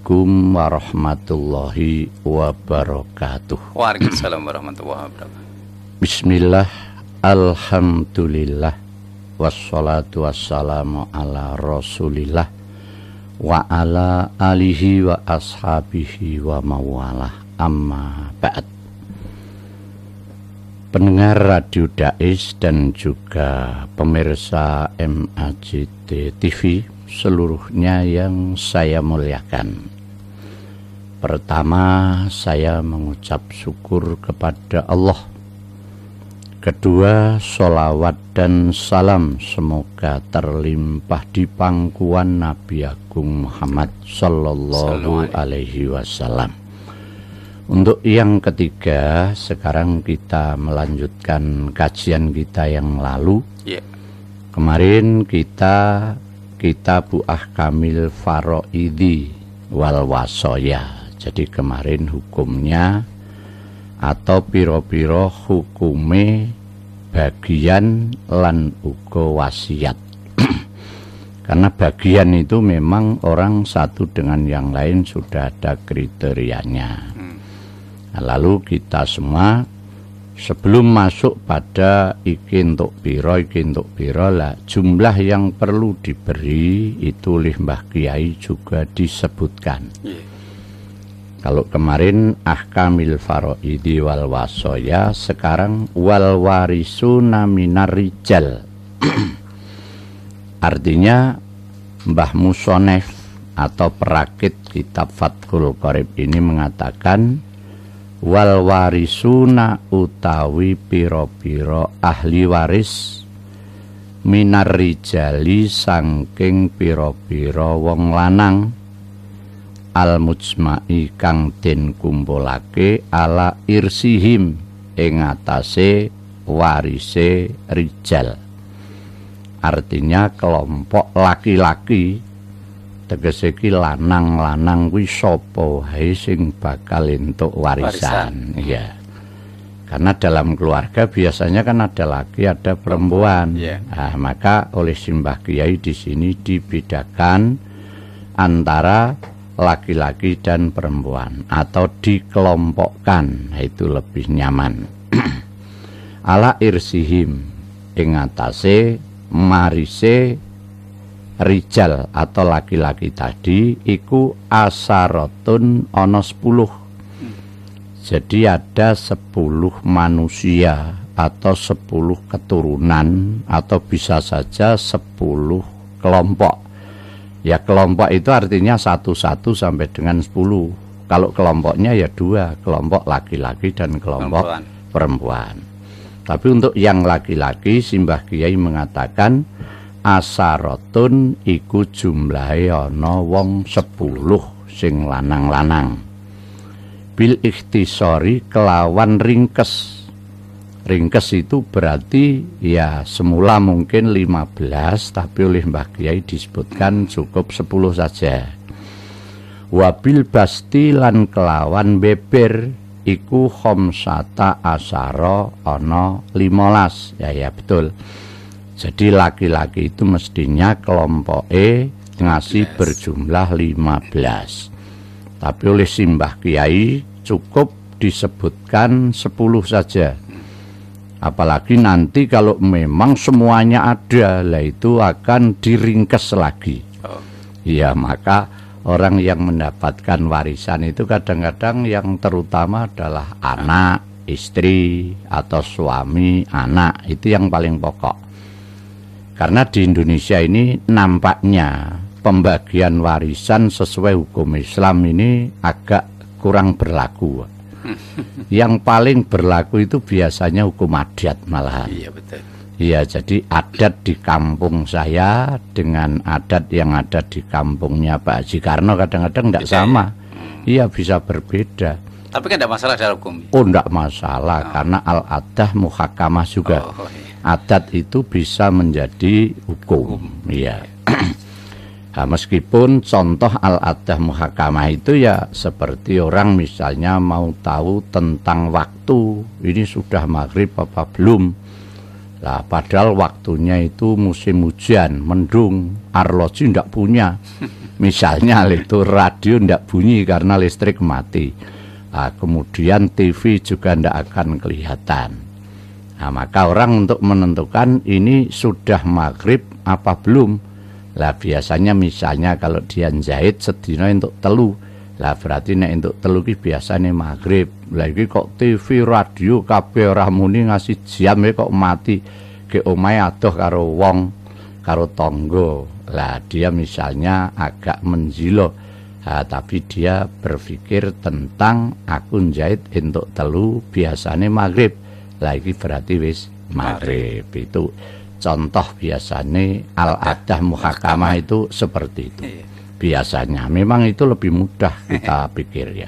Assalamualaikum warahmatullahi wabarakatuh. Waalaikumsalam warahmatullahi wabarakatuh. Bismillah, alhamdulillah, wassalatu wassalamu ala rasulillah wa ala alihi wa ashabihi wa mawalah, amma ba'd. Pendengar Radio Dais dan juga pemirsa MAJT TV seluruhnya yang saya muliakan. Pertama, saya mengucap syukur kepada Allah. Kedua, sholawat dan salam semoga terlimpah di pangkuan Nabi Agung Muhammad Sallallahu Alaihi Wasallam. Untuk yang ketiga, sekarang kita melanjutkan kajian kita yang lalu. Kemarin kita Kitabu Ahkamil Faraidi wal Wasoya. Jadi kemarin hukumnya atau piro-piro hukume bagian lan uga wasiat. Karena bagian itu memang orang satu dengan yang lain sudah ada kriterianya. Nah, lalu kita semua sebelum masuk pada iki entuk piro lah, jumlah yang perlu diberi itu oleh Mbah Kiai juga disebutkan. Kalau kemarin ahkamil faraidi wal wasoya, sekarang wal warisuna minar rijal. Artinya Mbah Musonef atau perakit kitab Fathul Qorib ini mengatakan wal warisuna utawi piro-piro ahli waris minar rijali sangking piro-piro wong lanang al mujma'i kang den kumpulake ala irsihim ing atase warise rijal. Artinya kelompok laki-laki, tegese iki lanang-lanang kuwi sapa wae sing bakal entuk warisan. Iya. Karena dalam keluarga biasanya kan ada laki, ada perempuan. Nah, maka oleh Simbah Kiai di sini dibedakan antara laki-laki dan perempuan atau dikelompokkan, itu lebih nyaman. Ala irsihim ing atase marise rijal atau laki-laki tadi iku asarotun ono 10. Jadi ada 10 manusia atau 10 keturunan atau bisa saja 10 kelompok. Ya kelompok itu artinya 1 sampai dengan 10. Kalau kelompoknya ya 2, kelompok laki-laki dan kelompok perempuan. Tapi untuk yang laki-laki Simbah Kiai mengatakan asarotun iku jumlahe ana wong 10 sing lanang-lanang. Bil ikhtisori kelawan ringkes. Ringkes itu berarti ya semula mungkin 15, tapi oleh Mbah Kiai disebutkan cukup 10 saja. Wabil basti lan kelawan beber iku khamsata asara ana 15. Ya betul. Jadi laki-laki itu mestinya kelompok ngasih berjumlah 15. Tapi oleh Simbah Kiai cukup disebutkan 10 saja. Apalagi nanti kalau memang semuanya ada, lah itu akan diringkes lagi. Ya maka orang yang mendapatkan warisan itu kadang-kadang yang terutama adalah anak, istri, atau suami, anak. Itu yang paling pokok. Karena di Indonesia ini nampaknya pembagian warisan sesuai hukum Islam ini agak kurang berlaku. Yang paling berlaku itu biasanya hukum adat malahan. Iya betul. Iya, jadi adat di kampung saya dengan adat yang ada di kampungnya Pak Haji Karno kadang-kadang tidak sama. Iya, bisa berbeda. Tapi kan tidak masalah dalam hukum. Oh, tidak masalah karena al-adah muhakamah juga. Adat itu bisa menjadi hukum. Iya. Nah, meskipun contoh al-adah muhakamah itu ya seperti orang misalnya mau tahu tentang waktu, ini sudah maghrib apa belum. Lah padahal waktunya itu musim hujan, mendung, arloji ndak punya. Misalnya itu radio ndak bunyi karena listrik mati. Nah, kemudian TV juga ndak akan kelihatan. Nah, maka orang untuk menentukan ini sudah maghrib apa belum. Lah biasanya misalnya kalau dia jahit sedina untuk telu. Lah berarti nek untuk telu ki biasane maghrib. Lah iki kok TV radio kabeh ora muni ngasih jam kok mati. Ke omahe adoh karo wong karo tangga. Lah dia misalnya agak menjilo. Tapi dia berpikir tentang aku jahit entuk telu biasane maghrib. Lah iki berarti wis maghrib. Itu contoh biasane al-adah muhakamah itu seperti itu. Biasanya memang itu lebih mudah kita pikir ya.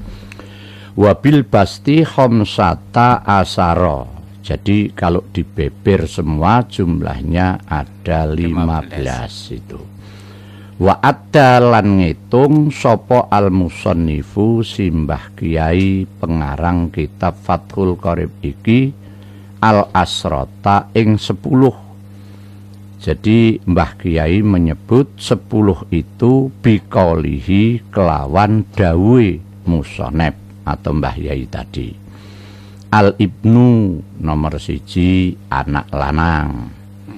Wabil basti khamsata asara. Jadi kalau dibeber semua jumlahnya ada 15 itu. Wa adda lan ngitung sapa al-musannifu simbah kiai pengarang kitab Fathul Qorib iki al-asrota ing 10. Jadi Mbah Kiai menyebut 10 itu biqaulihi kelawan dawuhe musonep atau Mbah Yai tadi. Al ibnu nomor 1 anak lanang.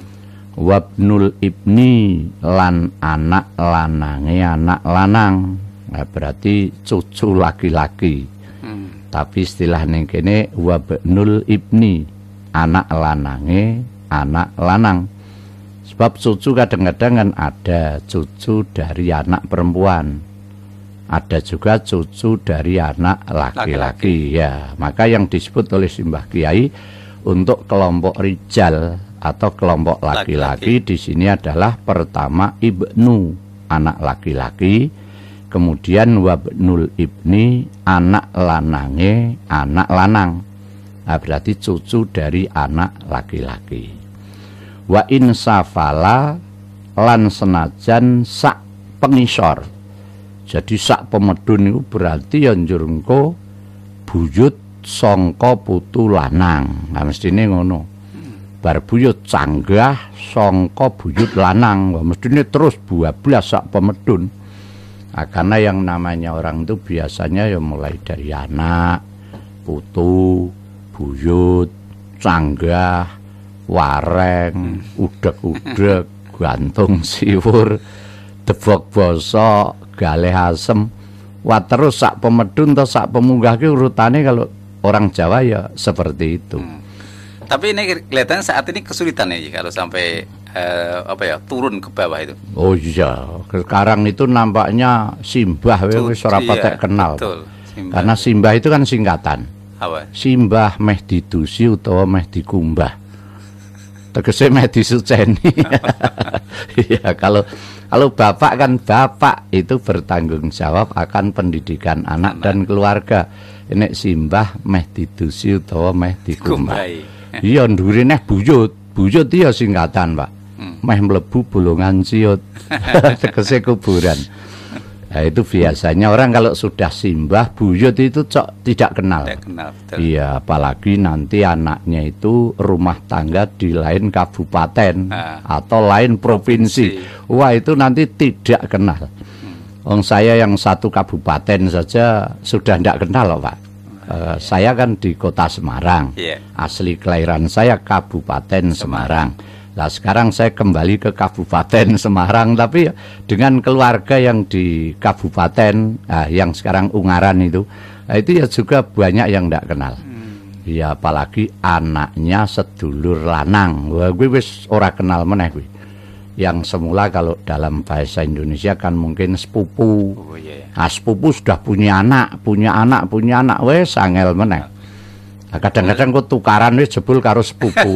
Wabnul ibni lan anak lanange anak lanang. Nah, berarti cucu laki-laki. Tapi istilah ning kene wabnul ibni anak lanange anak lanang. Sebab cucu kadang-kadang kan ada cucu dari anak perempuan, ada juga cucu dari anak laki-laki. Ya, maka yang disebut oleh Simbah Kiai untuk kelompok rijal atau kelompok laki-laki di sini adalah pertama ibnu anak laki-laki, kemudian wabnul ibni anak lanange anak lanang. Nah, berarti cucu dari anak laki-laki. Wa insafala lan senajan sak pengisor. Jadi sak pemedun itu berarti yang njur engko buyut sangka putu lanang. Nah mestine ngono. Bar buyut canggah sangka buyut lanang. Wah mestine terus 12 sak pemedun. Nah, karena yang namanya orang itu biasanya ya mulai dari anak, putu, buyut, canggah, wareng, udek-udek, gantung siwur, debok basa, galeh asem. Wah terus sak pemedun atau sak pemunggah ki urutane kalau orang Jawa ya seperti itu. Tapi ini kelihatannya saat ini kesulitan ya kalau sampai turun ke bawah itu. Oh iya, sekarang itu nampaknya simbah wis ora patek kenal. Betul, simbah. Karena simbah itu kan singkatan. Apa? Simbah meh didusi utawa meh dikumbah. Tegese meh disuceni. Ya, kalau bapak kan bapak itu bertanggung jawab akan pendidikan anak dan keluarga. Nek simbah meh didusi utawa meh dikumbah. Iya ndure neh buyut. Buyut iya singkatan, Pak. Meh mlebu bolongan ciut. Tegese kuburan. Nah, itu biasanya orang kalau sudah simbah buyut itu tidak kenal. Tidak kenal, betul. Iya, apalagi nanti anaknya itu rumah tangga di lain kabupaten atau lain provinsi. Wah, itu nanti tidak kenal. Saya yang satu kabupaten saja sudah tidak kenal loh, Pak. Saya kan di kota Semarang. Asli kelahiran saya Kabupaten Semarang. Nah sekarang saya kembali ke Kabupaten Semarang, tapi dengan keluarga yang di Kabupaten, yang sekarang Ungaran itu ya juga banyak yang tidak kenal. Ya apalagi anaknya sedulur lanang, wah gue wis ora kenal meneh gue. Yang semula kalau dalam bahasa Indonesia kan mungkin sepupu. Sepupu sudah punya anak, wes angel meneh. Kadang-kadang kok tukaran wis jebul karo sepupu.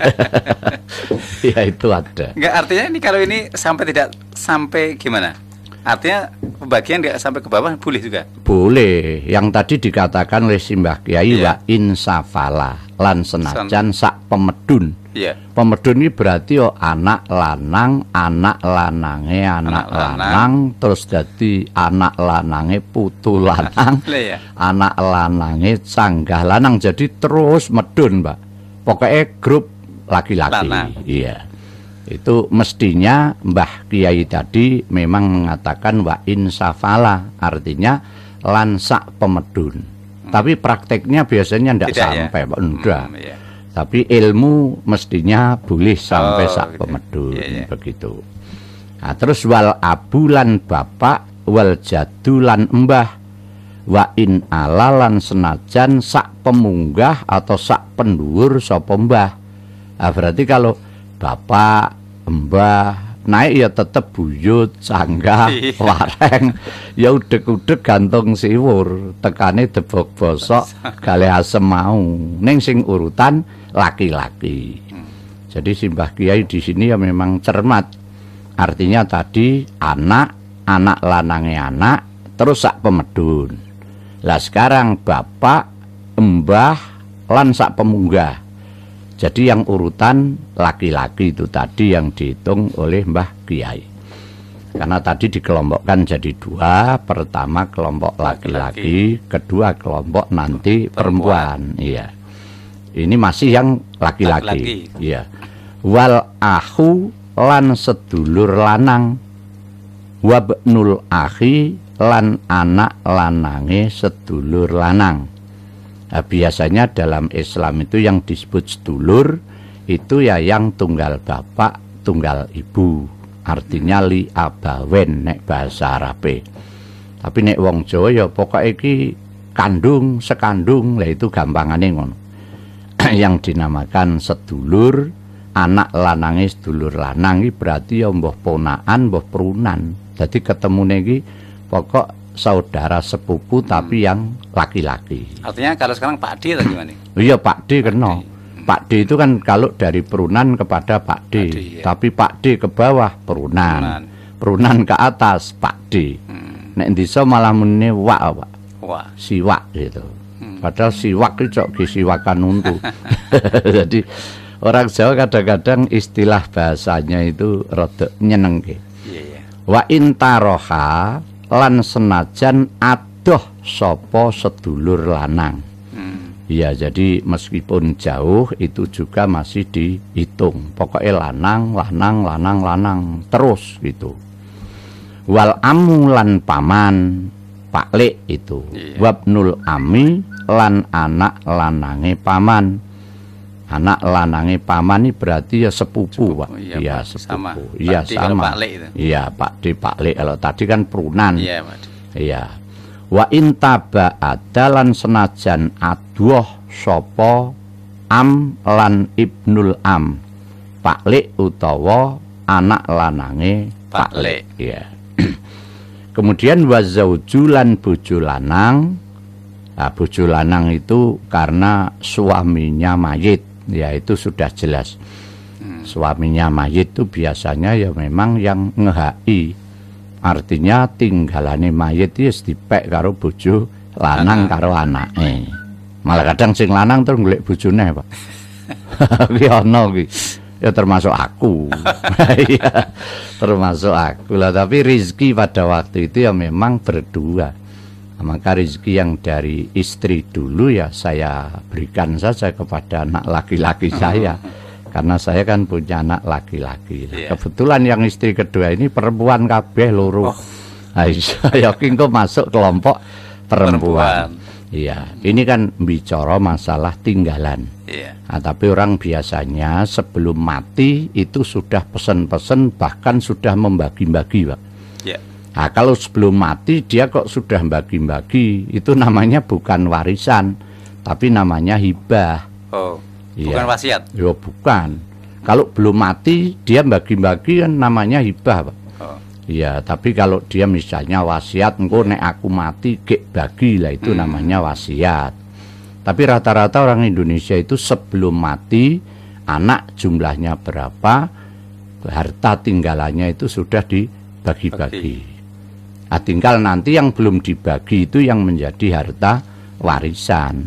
Ya itu ada. Enggak, artinya ini kalau ini tidak sampai gimana? Artinya pembagian tidak sampai ke bawah boleh juga? Boleh. Yang tadi dikatakan oleh Simbah Kiai wa insafala lan senajan sak pemedun. Pemedun ini berarti anak lanang, anak lanange anak lanang, terus jadi anak lanange putu lanang, anak lanange canggah lanang, jadi terus medun, Pak. Pokoknya grup laki-laki. Lanang. Iya. Itu mestinya Mbah Kiai tadi memang mengatakan wa insafala, artinya lansak pemedun. Tapi prakteknya biasanya tidak sampai, Pak. Enggak. Iya. Tapi ilmu mestinya boleh sampai sak gitu. pemedun, Iya. begitu. Nah, terus wal abulan bapak wal jadulan embah wa in alalan senajan sak pemunggah atau sak penduwur sapa mbah. Nah, berarti kalau bapak, mbah naik ya tetep buyut, sanggah, wareng, ya udeg-udeg gantung siwur, tekane debok bosok, galih asem mau. Ning sing urutan laki-laki. Jadi Simbah Kiai di sini ya memang cermat. Artinya tadi anak lanange anak, terus sak pemedun. Lah sekarang bapak, mbah, lan sak pemunggah. Jadi yang urutan laki-laki itu tadi yang dihitung oleh Mbah Kiai. Karena tadi dikelompokkan jadi dua, pertama kelompok laki-laki, kedua kelompok nanti perempuan. Iya. Ini masih yang laki-laki. Iya. Wal ahu lan sedulur lanang, wabnul akhi lan anak lanange sedulur lanang. Nah, biasanya dalam Islam itu yang disebut sedulur itu ya yang tunggal bapak, tunggal ibu. Artinya li abawen nek bahasa Arabe. Tapi nek wong Jawa ya pokoke iki kandung, sekandung, lah itu gampangane ngono. Yang dinamakan sedulur, anak lanange sedulur lanang iki berarti ya mbah ponakan, mbah perunan. Jadi ketemune iki pokok saudara sepupu tapi yang laki-laki. Artinya kalau sekarang Pak D atau gimana? Iya, Pak D kena. Pak D itu kan kalau dari perunan kepada Pak D, ya. tapi Pak D ke bawah perunan. Perunan ke atas Pak D. Nek desa malah muni wak, Pak. Wah. Siwak gitu. Padahal siwak itu cok siwakan untu. Jadi orang Jawa kadang-kadang istilah bahasanya itu rada nyenengke. Iya. Wa intaroha lan senajan adoh sapa sedulur lanang. Ya, jadi meskipun jauh itu juga masih dihitung. Pokoknya lanang terus gitu. Wal amu lan paman paklik itu. Wabnul ami lan anak lanange paman. Anak lanange paman ini berarti ya sepupu, Pak. Iya, sepupu. Iya, sama. Iya, Pak D, Pak Le. Kalau tadi kan perunan. Iya, Pak. Iya. Wa intaba adalan senajan aduh sapa am lan ibnul am. Pak Le utawa anak lanange Pak Le. Iya. Kemudian wa zaujulan bojo lanang. Nah, bojo lanang itu karena suaminya mayit. Ya itu sudah jelas. Suaminya mayit itu biasanya ya memang yang ngehai. Artinya tinggalane mayit itu dipek karo bojo lanang karo anake. Malah kadang sing lanang terus golek bojone, Pak. Ki ana ki. Ya termasuk aku. Iya, termasuk aku lah. Tapi rezeki pada waktu itu ya memang berdua. Maka rezeki yang dari istri dulu ya saya berikan saja kepada anak laki-laki saya. Karena saya kan punya anak laki-laki. Kebetulan yang istri kedua ini perempuan kabeh loro. Saya yakin kok masuk kelompok perempuan. Iya, ini kan bicara masalah tinggalan. Nah, tapi orang biasanya sebelum mati itu sudah pesen-pesen bahkan sudah membagi-bagi, Pak. Nah, kalau sebelum mati dia kok sudah bagi-bagi, itu namanya bukan warisan, tapi namanya hibah. Oh, bukan wasiat? Ya bukan. Kalau belum mati dia bagi-bagi kan namanya hibah, Pak. Iya, tapi kalau dia misalnya wasiat, engko nek aku mati gek bagi, lah itu namanya wasiat. Tapi rata-rata orang Indonesia itu sebelum mati, anak jumlahnya berapa, harta tinggalannya itu sudah dibagi-bagi. Nah, tinggal nanti yang belum dibagi itu yang menjadi harta warisan.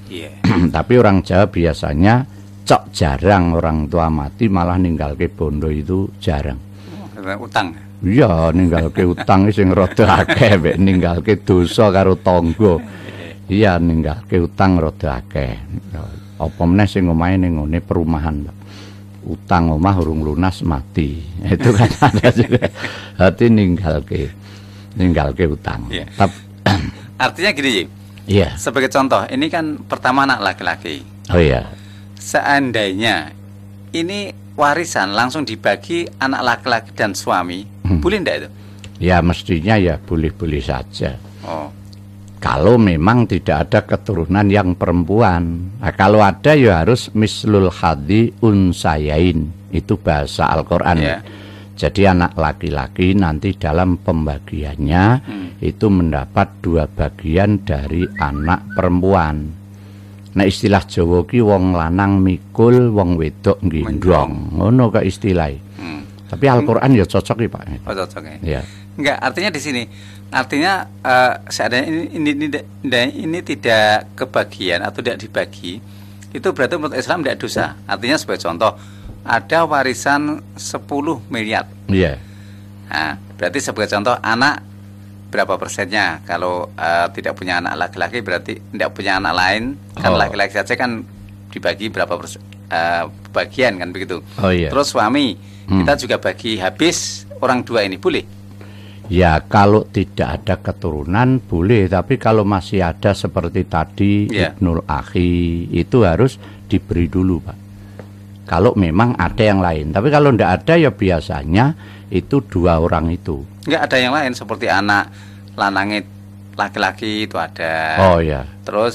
Tapi orang Jawa biasanya cok jarang orang tua mati malah ninggal ke bondo itu jarang. Utang. Iya, ninggal ke utang sing rada akeh, mek ninggal ke dosa karo tangga. Iya, ninggal ke utang rada akeh. Apa meneh sing omahe ning ngene perumahan, Pak. utang omah urung lunas mati. Itu kan ada juga. Hati ninggalke utang. Iya. Artinya gini, Ji. Iya. Sebagai contoh, ini kan pertama anak laki-laki. Oh iya. Seandainya ini warisan langsung dibagi anak laki-laki dan suami, boleh enggak itu? Ya mestinya ya boleh-boleh saja. Oh. Kalau memang tidak ada keturunan yang perempuan. Nah, kalau ada ya harus mislul hadhi unsayain. Itu bahasa Al-Qur'an. Yeah. Jadi anak laki-laki nanti dalam pembagiannya itu mendapat 2 bagian dari anak perempuan. Nah istilah Jawa ki wong lanang mikul, wong wedok nggindrong. Ngono ka istilahé. Tapi Al-Qur'an ya cocok ya, Pak. Oh, cocok ya. Ya. Enggak, artinya di sini. Artinya seandainya ini tidak kebagian atau tidak dibagi, itu berarti menurut Islam tidak dosa. Artinya sebagai contoh, ada warisan 10 miliar. Iya. Nah, berarti sebagai contoh anak berapa persennya? Kalau tidak punya anak laki-laki berarti tidak punya anak lain. Kan laki-laki saja kan dibagi berapa bagian kan begitu. Oh iya. Terus suami kita juga bagi habis orang 2 ini boleh? Ya kalau tidak ada keturunan boleh, tapi kalau masih ada seperti tadi Ibnul Akhi itu harus diberi dulu, Pak. Kalau memang ada yang lain, tapi kalau tidak ada ya biasanya itu 2 orang itu. Enggak ada yang lain seperti anak lanangit laki-laki itu ada. Oh ya. Terus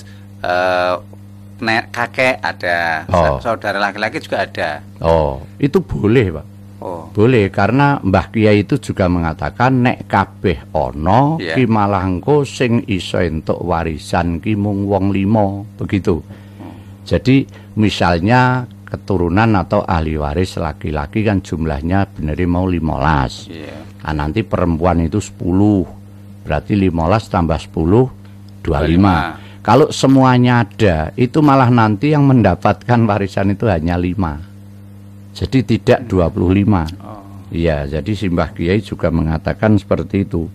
kakek ada, saudara laki-laki juga ada. Oh itu boleh, Pak. Oh. Boleh, karena Mbah Kiai itu juga mengatakan nek kabeh ono ki malah engko sing iso entuk warisan ki mung wong 5 begitu. Jadi misalnya keturunan atau ahli waris laki-laki kan jumlahnya bener mau 15. Nah, nanti perempuan itu 10. Berarti 15 tambah 10 25. Kalau semuanya ada, itu malah nanti yang mendapatkan warisan itu hanya 5. Jadi tidak 25. Iya, jadi Simbah Kiai juga mengatakan seperti itu.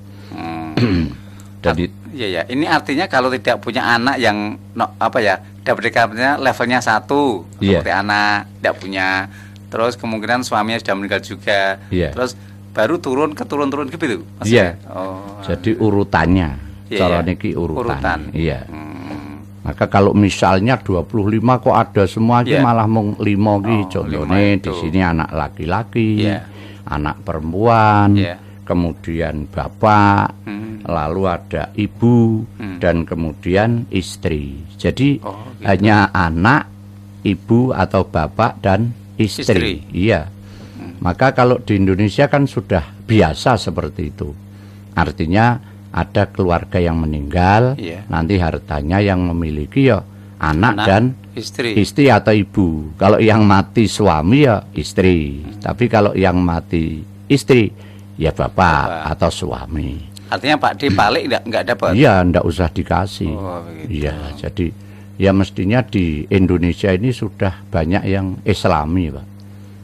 Jadi ya, ini artinya kalau tidak punya anak yang dapat dikatakannya levelnya 1 seperti anak, tidak punya, terus kemungkinan suaminya sudah meninggal juga, terus baru turun ke turun gitu. Iya. Jadi urutannya, cara niki urutan. Iya. Maka kalau misalnya 25 kok ada semua ki malah mung 5 ki contohnya di sini anak laki-laki, anak perempuan, kemudian bapak, lalu ada ibu dan kemudian istri. Jadi hanya anak, ibu atau bapak dan istri. Iya. Maka kalau di Indonesia kan sudah biasa seperti itu. Artinya ada keluarga yang meninggal, nanti hartanya yang memiliki ya anak dan istri atau ibu. Kalau yang mati suami ya istri, tapi kalau yang mati istri ya bapak atau suami. Artinya Pak D balik enggak dapat? Iya, enggak usah dikasih. Iya, jadi ya mestinya di Indonesia ini sudah banyak yang Islami, Pak.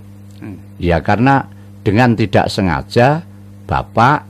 Ya karena dengan tidak sengaja bapak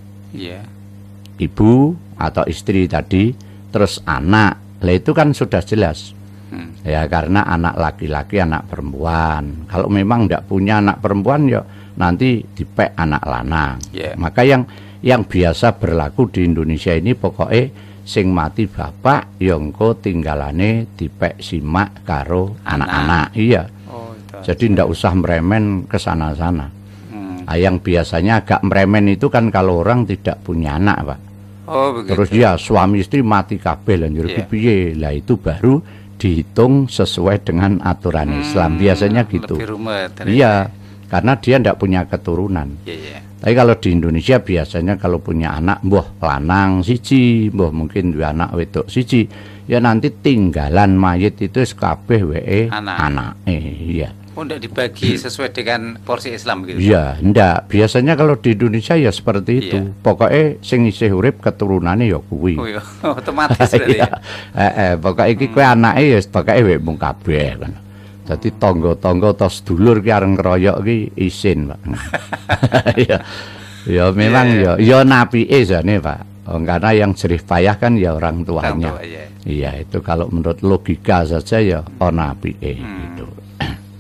ibu atau istri tadi, terus anak, lah itu kan sudah jelas. Ya karena anak laki-laki, anak perempuan. Kalau memang tidak punya anak perempuan, ya nanti dipek anak lanang. Maka yang biasa berlaku di Indonesia ini pokoknya sing mati bapak, yongko tinggalane dipek simak karo anak-anak. Iya. Jadi tidak usah meremen ke sana-sana. Yang biasanya agak meremen itu kan kalau orang tidak punya anak, Pak. Terus ya suami istri mati kabeh lan piye. Lah itu baru dihitung sesuai dengan aturan Islam. Biasanya gitu. Iya, karena dia tidak punya keturunan. Tapi kalau di Indonesia biasanya kalau punya anak mbah lanang siji, mbah mungkin dua anak wedok siji, ya nanti tinggalan mayit itu kabeh wae anak. Iya. Oh, enggak dibagi sesuai dengan porsi Islam gitu? Iya, enggak. Biasanya kalau di Indonesia ya seperti itu. Pokoknya sing isih urip keturunane ya kuwi. Oh iya, otomatis berarti ya. Pokoke iki kowe anake ya pokoke wek mung kabeh kan. Dadi tangga-tangga atau sedulur ki areng ngeroyok ki isin, Pak. Ya. Ya memang ya napike jane, Pak. Karena yang jerih payah kan ya orang tuanya. Iya, itu kalau menurut logika saja ya ana apike gitu.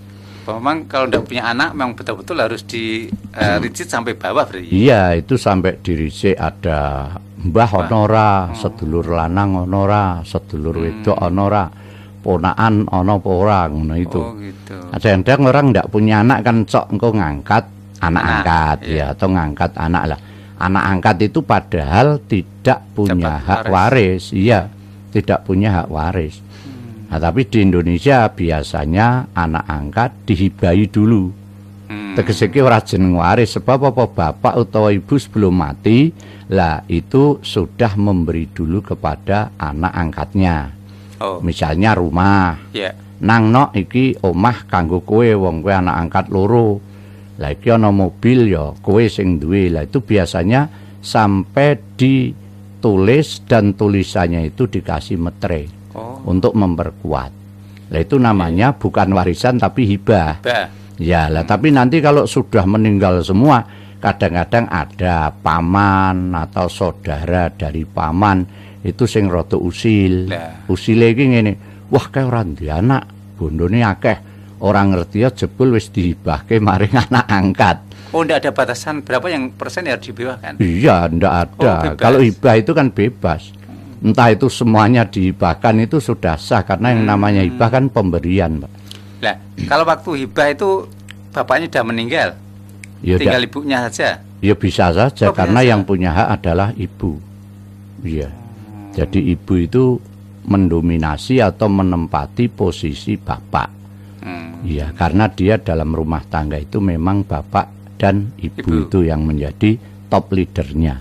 Memang kalau tidak punya anak memang betul-betul harus di rigid sampai bawah berarti. Iya, itu sampai diricik ada mbah onora, sedulur lanang onora, sedulur wedok onora, ponaan ono apa ora ngono itu. Oh gitu. Kadang-kadang orang ndak punya anak kan cok engko ngangkat anak angkat ya atau ngangkat anak lah. Anak angkat itu padahal tidak punya hak waris. Iya, tidak punya hak waris. Nah, tapi di Indonesia biasanya anak angkat dihibahi dulu. Tegese ki ora jeneng waris sebab apa bapak utawa ibu sebelum mati lah itu sudah memberi dulu kepada anak angkatnya. Misalnya rumah. Nang nok iki omah kanggo kowe wong kowe anak angkat loro. Lah iki ana mobil ya kowe sing duwe. Lah itu biasanya sampai ditulis dan tulisannya itu dikasih metre untuk memperkuat. Lah itu namanya bukan warisan tapi hibah. Ya lah tapi nanti kalau sudah meninggal semua kadang-kadang ada paman atau saudara dari paman itu sing rada usil. Usile iki ngene, wah kae ora duwe anak, bondone akeh. Orang ngerti ya jebul wis dihibahke maring anak angkat. Oh, ndak ada batasan berapa yang persen yang dihibahkan? Iya, ndak ada. Kalau hibah itu kan bebas. Entah itu semuanya dihibahkan itu sudah sah karena yang namanya hibah kan pemberian, Pak. Lah, kalau waktu hibah itu bapaknya sudah meninggal. Ya, tinggal ibunya saja. Ya bisa saja karena yang punya hak adalah ibu. Iya. Jadi ibu itu mendominasi atau menempati posisi bapak. Iya, karena dia dalam rumah tangga itu memang bapak dan ibu itu yang menjadi top leadernya.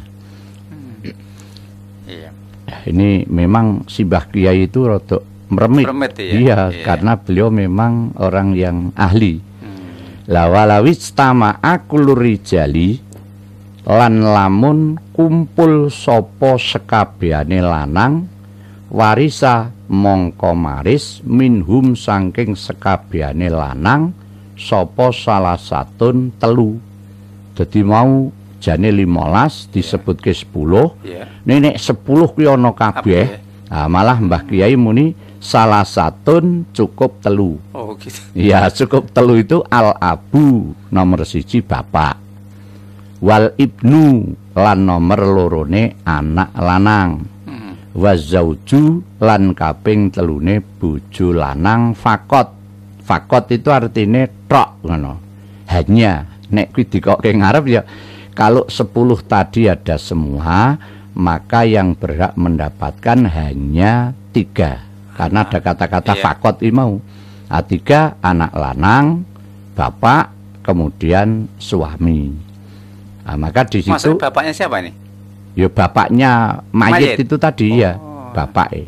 Iya. Nah, ini memang si Mbah Kiai itu rada meremit. Iya, karena beliau memang orang yang ahli. La walawis tama akul rijali lan lamun kumpul sapa sekabehane lanang warisa mongko maris minhum saking sekabehane lanang sapa salah satun telu. Dadi mau jane 15 disebutke 10. Nek 10 kuwi ana kabeh. Nah, malah Mbah Kiai muni salah satun cukup telu. Oh gitu. Ya cukup telu itu al abu nomor 1 bapak. Wal ibnu lan nomor lorone anak lanang. Wazauju lan kaping telune bojo lanang fakot. Fakot itu artinya tok ngono. Hanya nek kuwi dikokke ngarep ya kalau 10 tadi ada semua maka yang berhak mendapatkan hanya 3 karena ada kata-kata fakot ini mau. Nah, 3 anak lanang, bapak, kemudian suami. Nah, maka di situ maksud bapaknya siapa ini? Ya bapaknya mayit itu tadi ya, bapak.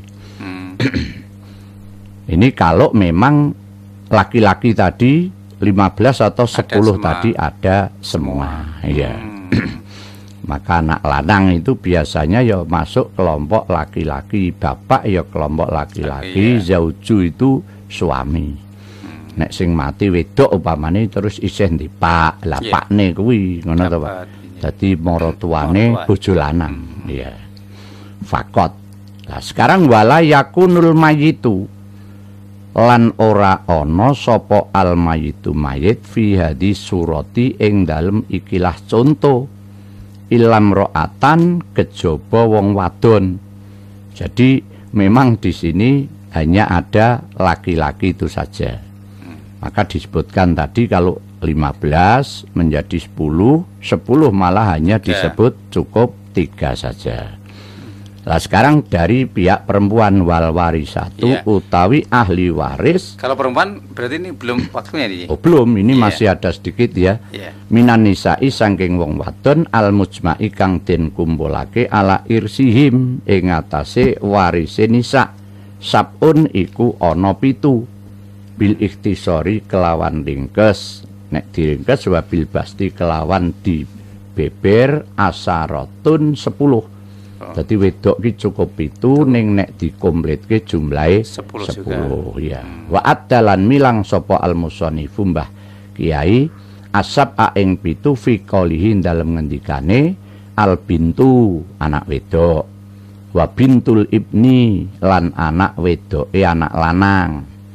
Ini kalau memang laki-laki tadi 15 atau 10 tadi ada semua. Iya. Maka anak lanang itu biasanya ya masuk kelompok laki-laki, bapak ya kelompok laki-laki, zauju itu suami. Nek sing mati wedok upamane terus isih ndipak, lah pakne kuwi ngono to, Pak. Dadi maratuwane bojo lanang. Iya. Fakot. Lah sekarang wala yakunul mayitu lan ora ana sapa al mayitu mayit fi hadis surati ing dalem ikilah conto ilam ro'atan kejaba wong wadon. Jadi memang di sini hanya ada laki-laki itu saja. Maka disebutkan tadi kalau 15 menjadi 10, 10 malah hanya disebut cukup 3 saja. Nah sekarang dari pihak perempuan wal warisatu utawi ahli waris. Kalau perempuan berarti ini belum waktunya nih. Oh belum, ini masih ada sedikit ya. Minan nisa'i saking wong wadon al mujma'i kang den kumpulake ala irsihim ing atase warise nisa. Sabun iku ana 7 bil ikhtisori kelawan ringkes. Nek diringkes wabil basti kelawan di beber asaratun 10. Jadi wedok ki cukup 7 ning nek dikompletke jumlahe 10 ya. Wa adalan milang sapa al musannifu Mbah Kiai asab ing 7 fi qaulihi dalem ngendikane al bintu anak wedok wa bintul ibni lan anak wedoke anak lanang.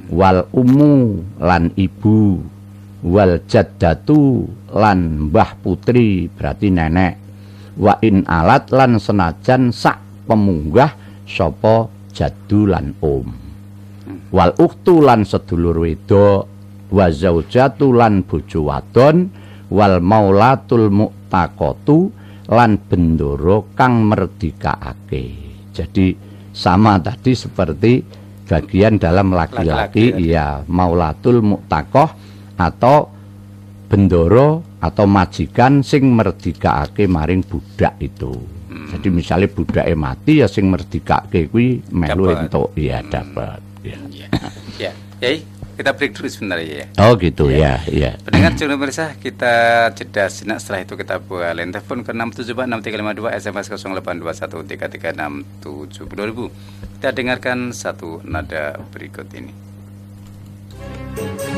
wal ummu lan ibu, wal jaddatu lan mbah putri berarti nenek, wa in alat lan senajan sak pemunggah sapa jaddu lan om, wal ukhtu lan sedulur wedok, wa zaujatu lan bojo wadon, wal maulatul mu'taqatu lan bendoro kang merdikaake. Jadi sama tadi seperti bagian dalam laki-laki, iya, maulatul mu'taqah atau bendoro atau majikan sing merdikaake maring budak itu. Jadi misalnya budake mati ya sing merdikake kuwi melu entuk, iya dapat. Ya. Yai, kita break dulu sebentar ya. Oh gitu ya. Pendengar channel pemirsa, kita jeda sejenak, setelah itu kita buat line telepon ke 6746352, SMS 082133367000. Kita dengarkan satu nada berikut ini.